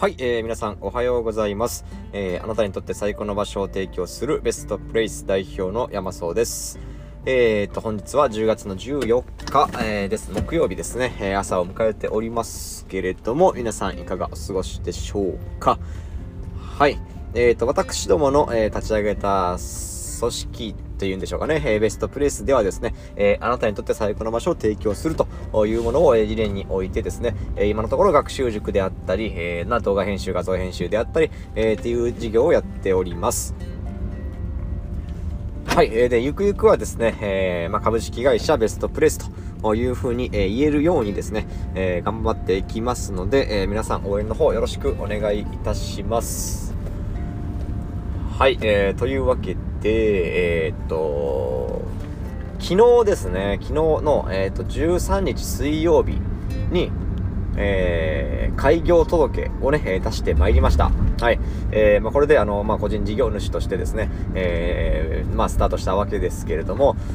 はい、皆さんおはようございます。あなたにとって最高の場所を提供するベストプレイス代表の山荘です。本日は10月の14日、です。木曜日ですね、朝を迎えておりますけれども、皆さんいかがお過ごしでしょうか。はい。私どもの、立ち上げた組織というんでしょうかね、ベストプレイスではですね、あなたにとって最高の場所を提供するというものを理念に置いてですね、今のところ学習塾であったり、動画編集、画像編集であったり、っていう事業をやっております。はい。で、ゆくゆくはですね、株式会社ベストプレイスというふうに、言えるようにですね、頑張っていきますので、皆さん応援の方よろしくお願いいたします。はい。というわけで、昨日ですね、昨日の、13日水曜日に、開業届をね、出してまいりました。はい。これで個人事業主としてですね、スタートしたわけですけれども、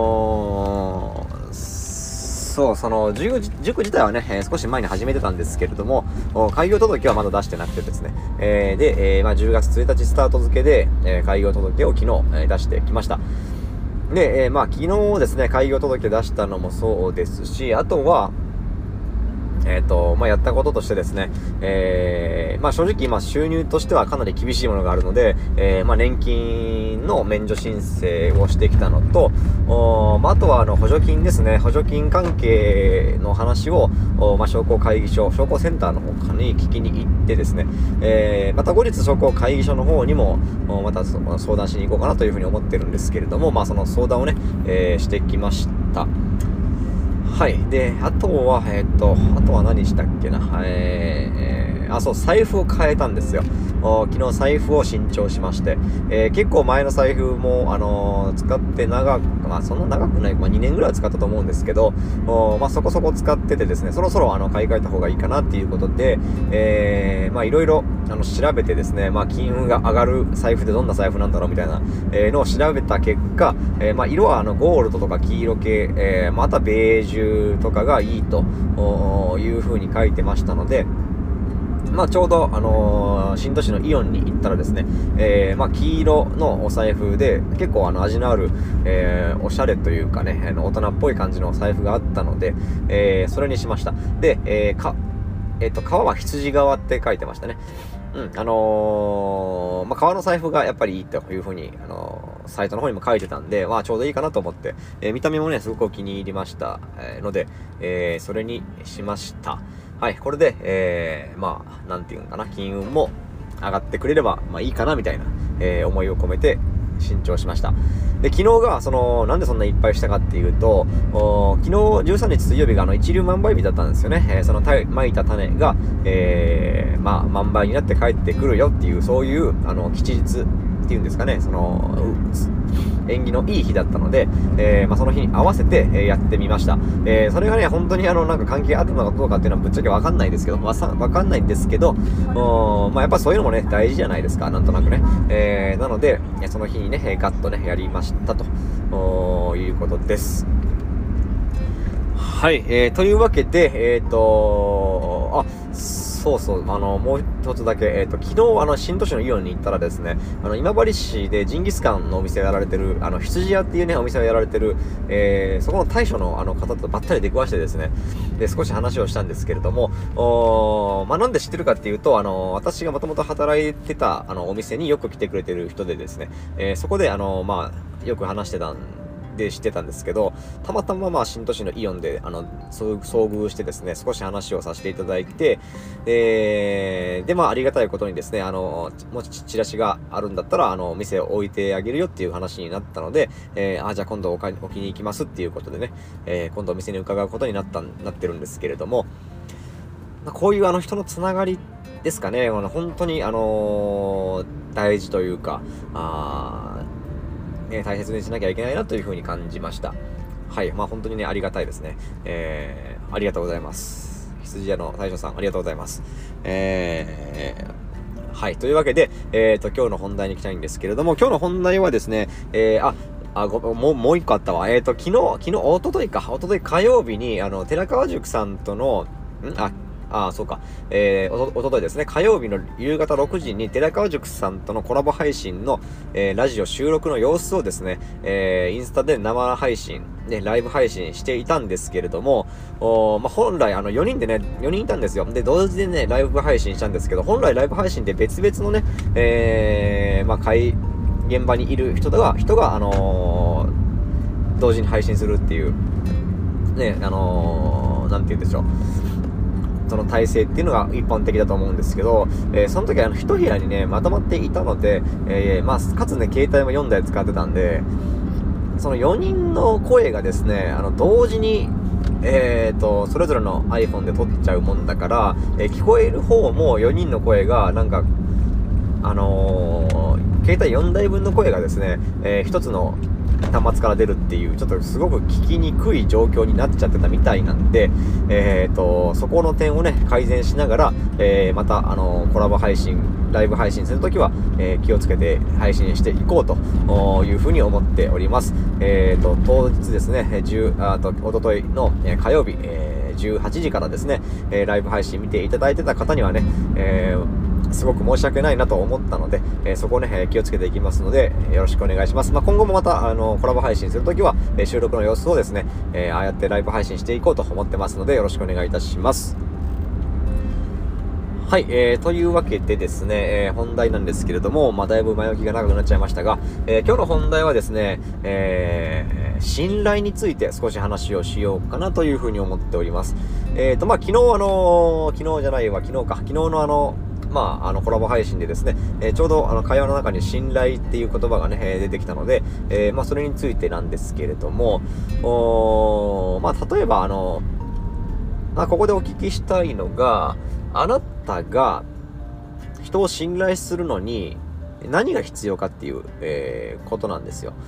塾自体はね、少し前に始めてたんですけれども、開業届はまだ出してなくてですね、10月1日スタート付けで、開業届を昨日、出してきました。で、昨日ですね、開業届出したのもそうですし、あとは、やったこととしてですね、正直収入としてはかなり厳しいものがあるので、年金の免除申請をしてきたのと、あとは補助金ですね、補助金関係の話を、商工会議所、商工センターの方に聞きに行ってですね、また後日商工会議所の方にも、また相談しに行こうかなというふうに思ってるんですけれども、その相談をね、してきました。はい。で、あとは何したっけな。財布を変えたんですよ。昨日財布を新調しまして、結構前の財布も、使ってそんな長くない、2年ぐらいは使ったと思うんですけど、そこそこ使っててですね、そろそろ買い替えた方がいいかなっていうことで、いろいろ調べてですね、金運が上がる財布ってどんな財布なんだろうみたいな、のを調べた結果、色はゴールドとか黄色系、またベージュとかがいいという風に書いてましたので、ちょうど、新都市のイオンに行ったらですね、黄色のお財布で、結構味のある、おしゃれというかね、大人っぽい感じのお財布があったので、それにしました。で、革は羊革って書いてましたね。革の財布がやっぱりいいという風に、サイトの方にも書いてたんで、ちょうどいいかなと思って、見た目もね、すごくお気に入りました、ので、それにしました。はい、これで、なんていうのかな、金運も上がってくれれば、いいかな、みたいな、思いを込めて、新調しました。で、昨日が、なんでそんないっぱいしたかっていうと、昨日13日水曜日が一粒万倍日だったんですよね。その蒔いた種が、万倍になって帰ってくるよっていう、そういう、吉日っていうんですかね、縁起のいい日だったので、その日に合わせて、やってみました。それがね、本当に関係あったのかどうかっていうのはぶっちゃけわかんないですけど、わかんないんですけど、やっぱそういうのもね、大事じゃないですか、なんとなくね。なので、その日にね、ガッとね、やりましたということです。はい、というわけで、もう一つだけ、昨日、新都市のイオンに行ったらですね、今治市でジンギスカンのお店をやられてる、羊屋っていうね、お店をやられてる、そこの大将の方とばったり出くわしてですね、で、少し話をしたんですけれども、なんで知ってるかっていうと、私がもともと働いてた、お店によく来てくれてる人でですね、そこで、よく話してたんで知ってたんですけど、たまたま新都市のイオンで遭遇してですね、少し話をさせていただいて、でありがたいことにですね、もしチラシがあるんだったら店を置いてあげるよっていう話になったので、じゃあ今度置きに行きますっていうことでね、今度お店に伺うことになってるんですけれども、こういう人のつながりですかね、本当に大事というか、大切にしなきゃいけないなというふうに感じました。はい。本当にね、ありがたいですね。ありがとうございます。羊屋の大将さん、ありがとうございます。はい。というわけで、今日の本題に行きたいんですけれども、今日の本題はですね、もう一個あったわ。昨日、一昨日火曜日に、寺川塾さんとの、 そうか。おとといですね、火曜日の夕方6時に寺川塾さんとのコラボ配信の、ラジオ収録の様子をですね、インスタで生配信、ね、ライブ配信していたんですけれども、本来4人でね、4人いたんですよ。で、同時でね、ライブ配信したんですけど、本来ライブ配信で別々のね、現場にいる人が、同時に配信するっていう、ね、なんて言うんでしょう。その体制っていうのが一般的だと思うんですけど、その時は一部屋にね、まとまっていたので、かつね、携帯も4台使ってたんで、その4人の声がですね、同時に、それぞれの iPhone で撮っちゃうもんだから、聞こえる方も4人の声が、なんか、携帯4台分の声がですね、一つの端末から出るっていう、ちょっとすごく聞きにくい状況になっちゃってたみたいなんで、そこの点をね、改善しながら、また、コラボ配信、ライブ配信するときは、気をつけて配信していこうというふうに思っております。当日ですね、おとといの火曜日、18時からですね、ライブ配信見ていただいてた方にはね、すごく申し訳ないなと思ったので、そこをね、気をつけていきますので、よろしくお願いします。今後もまた、コラボ配信するときは、収録の様子をですね、ああやってライブ配信していこうと思ってますので、よろしくお願いいたします。はい、というわけでですね、本題なんですけれども、だいぶ前置きが長くなっちゃいましたが、今日の本題はですね、信頼について少し話をしようかなというふうに思っております。昨日のコラボ配信でですね、ちょうど会話の中に信頼っていう言葉がね、出てきたので、それについてなんですけれども、例えばここでお聞きしたいのが、あなたが人を信頼するのに何が必要かっていう、ことなんですよ。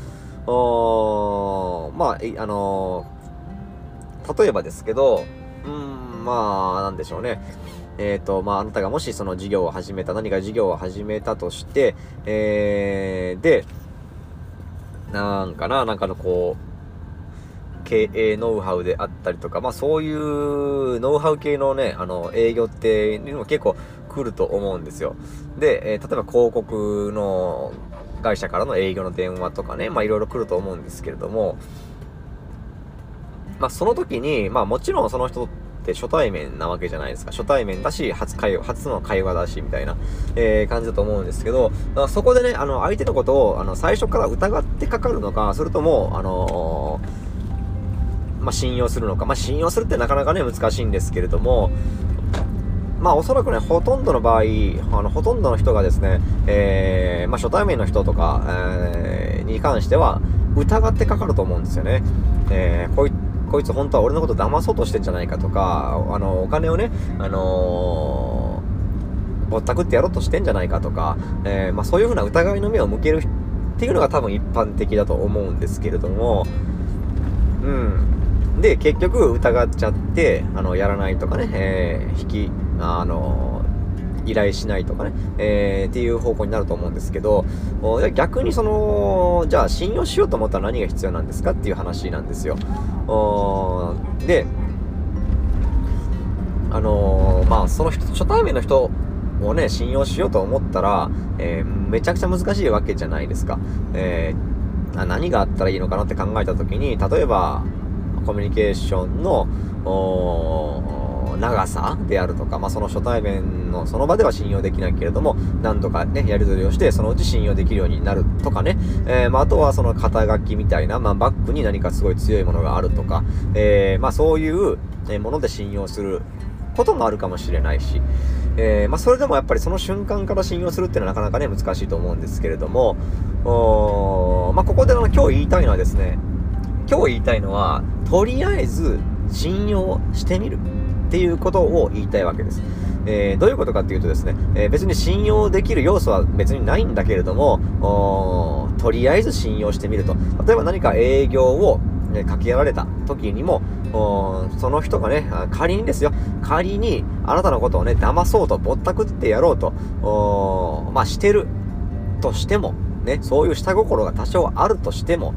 例えばですけど、なんでしょうね。あなたがもしその何か事業を始めたとして、で、経営ノウハウであったりとか、そういうノウハウ系のね、営業っていうのも結構来ると思うんですよ。で、例えば広告の会社からの営業の電話とかね、いろいろ来ると思うんですけれども、その時に、もちろんその人って初対面なわけじゃないですか。初対面だし、初の会話だし、みたいな、感じだと思うんですけど、そこでね、相手のことを、最初から疑ってかかるのか、それとも、信用するのか。信用するってなかなかね、難しいんですけれども、おそらくね、ほとんどの場合、ほとんどの人がですね、初対面の人とか、に関しては、疑ってかかると思うんですよね。こいつ本当は俺のこと騙そうとしてんじゃないかとか、お金をね、ぼったくってやろうとしてんじゃないかとか、そういう風な疑いの目を向けるっていうのが多分一般的だと思うんですけれども、で、結局疑っちゃって、やらないとかね、依頼しないとかね、っていう方向になると思うんですけど、逆にじゃあ信用しようと思ったら何が必要なんですかっていう話なんですよ。で、その初対面の人をね、信用しようと思ったら、めちゃくちゃ難しいわけじゃないですか。何があったらいいのかなって考えたときに、例えば、コミュニケーションの、長さであるとか、その初対面のその場では信用できないけれども、何度かね、やり取りをして、そのうち信用できるようになるとかね、あとはその肩書きみたいな、バックに何かすごい強いものがあるとか、そういうもので信用することもあるかもしれないし、それでもやっぱりその瞬間から信用するっていうのはなかなかね、難しいと思うんですけれども、ここで今日言いたいのは、とりあえず信用してみるっていうことを言いたいわけです。どういうことかっていうとですね、別に信用できる要素は別にないんだけれども、とりあえず信用してみると。例えば何か営業を掛けられた時にも、その人がね、仮にあなたのことをね、騙そうと、ぼったくってやろうと、してるとしても、ね、そういう下心が多少あるとしても、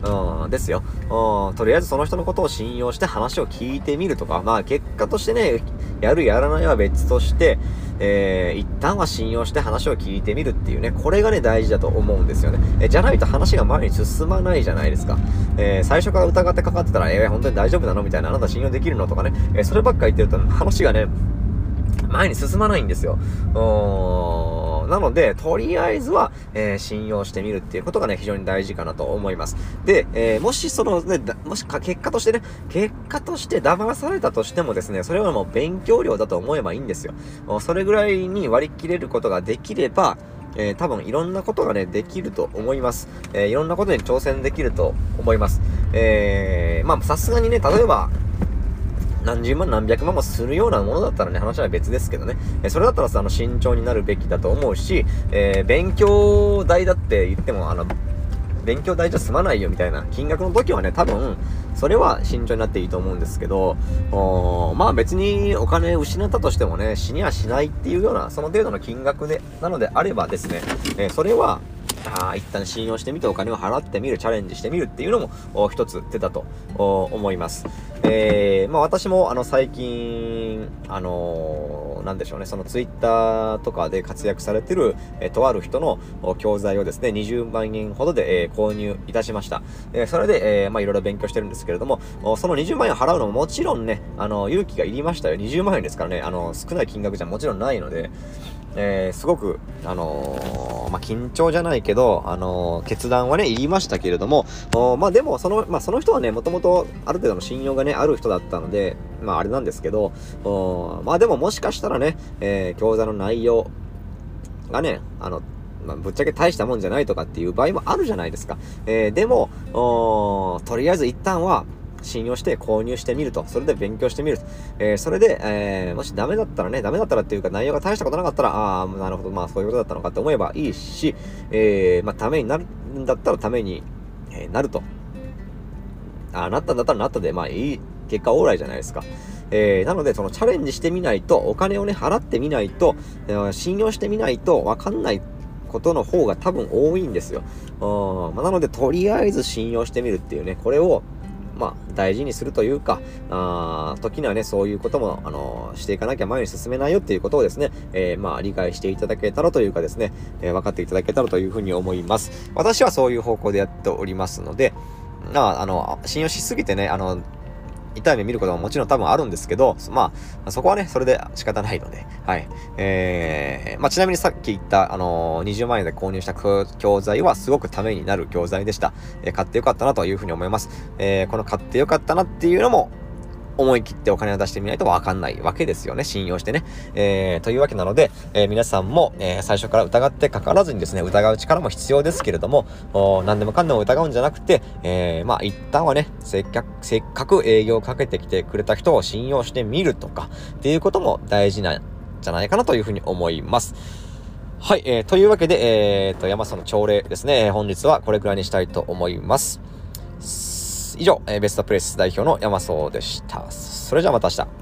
ですよ。とりあえずその人のことを信用して話を聞いてみるとか、まあ結果としてね、やるやらないは別として、一旦は信用して話を聞いてみるっていうね、これがね、大事だと思うんですよね。じゃないと話が前に進まないじゃないですか。最初から疑ってかかってたら、本当に大丈夫なのみたいな、あなた信用できるのとかね、そればっか言ってると話がね、前に進まないんですよ。なので、とりあえずは、信用してみるっていうことがね、非常に大事かなと思います。で、もしそのね、もし結果として騙されたとしてもですね、それはもう勉強量だと思えばいいんですよ。それぐらいに割り切れることができれば、多分いろんなことがね、できると思います。いろんなことに挑戦できると思います。まあ、さすがにね、例えば、何十万何百万もするようなものだったらね、話は別ですけどね。それだったらさ、慎重になるべきだと思うし、勉強代だって言っても、勉強代じゃ済まないよみたいな金額の時はね、多分、それは慎重になっていいと思うんですけど、まあ別にお金失ったとしてもね、死にはしないっていうような、その程度の金額で、なのであればですね、それは、一旦信用してみてお金を払ってみる、チャレンジしてみるっていうのも一つ手だと思います。まあ私も最近、なんでしょうね、そのツイッターとかで活躍されてる、とある人の教材をですね、20万円ほどで、購入いたしました。それで、まあいろいろ勉強してるんですけれども、その20万円払うのももちろんね、勇気がいりましたよ。20万円ですからね、少ない金額じゃもちろんないので、すごく、まあ、緊張じゃないけど、決断はね、いりましたけれども、まあでも、その人はね、もともとある程度の信用がね、ある人だったので、まああれなんですけど、まあでももしかしたらね、講座の内容がね、まあ、ぶっちゃけ大したもんじゃないとかっていう場合もあるじゃないですか。でも、とりあえず一旦は、信用して購入してみると。それで勉強してみると。それで、もしダメだったらっていうか内容が大したことなかったら、なるほど、まあそういうことだったのかって思えばいいし、まあためになるんだったらために、なると。なったんだったらなったで、まあいい結果オーライじゃないですか。なので、そのチャレンジしてみないと、お金をね、払ってみないと、信用してみないとわかんないことの方が多分多いんですよ。なので、とりあえず信用してみるっていうね、これを、まあ、大事にするというか、時にはね、そういうことも、していかなきゃ前に進めないよっていうことをですね、まあ、理解していただけたらというかですね、分かっていただけたらというふうに思います。私はそういう方向でやっておりますので、信用しすぎてね、痛い目見ることももちろん多分あるんですけど、まあ、そこはね、それで仕方ないので、はい。まあ、ちなみにさっき言った、20万円で購入した教材はすごくためになる教材でした。買ってよかったなというふうに思います。この買ってよかったなっていうのも、思い切ってお金を出してみないとわかんないわけですよね。信用してね。というわけなので、皆さんも、最初から疑ってかからずにですね、疑う力も必要ですけれども、何でもかんでも疑うんじゃなくて、まあ一旦はね、せっかく営業をかけてきてくれた人を信用してみるとか、っていうことも大事なんじゃないかなというふうに思います。はい、というわけで、山荘の朝礼ですね、本日はこれくらいにしたいと思います。以上、ベストプレイス代表の山荘でした。それじゃあまた明日。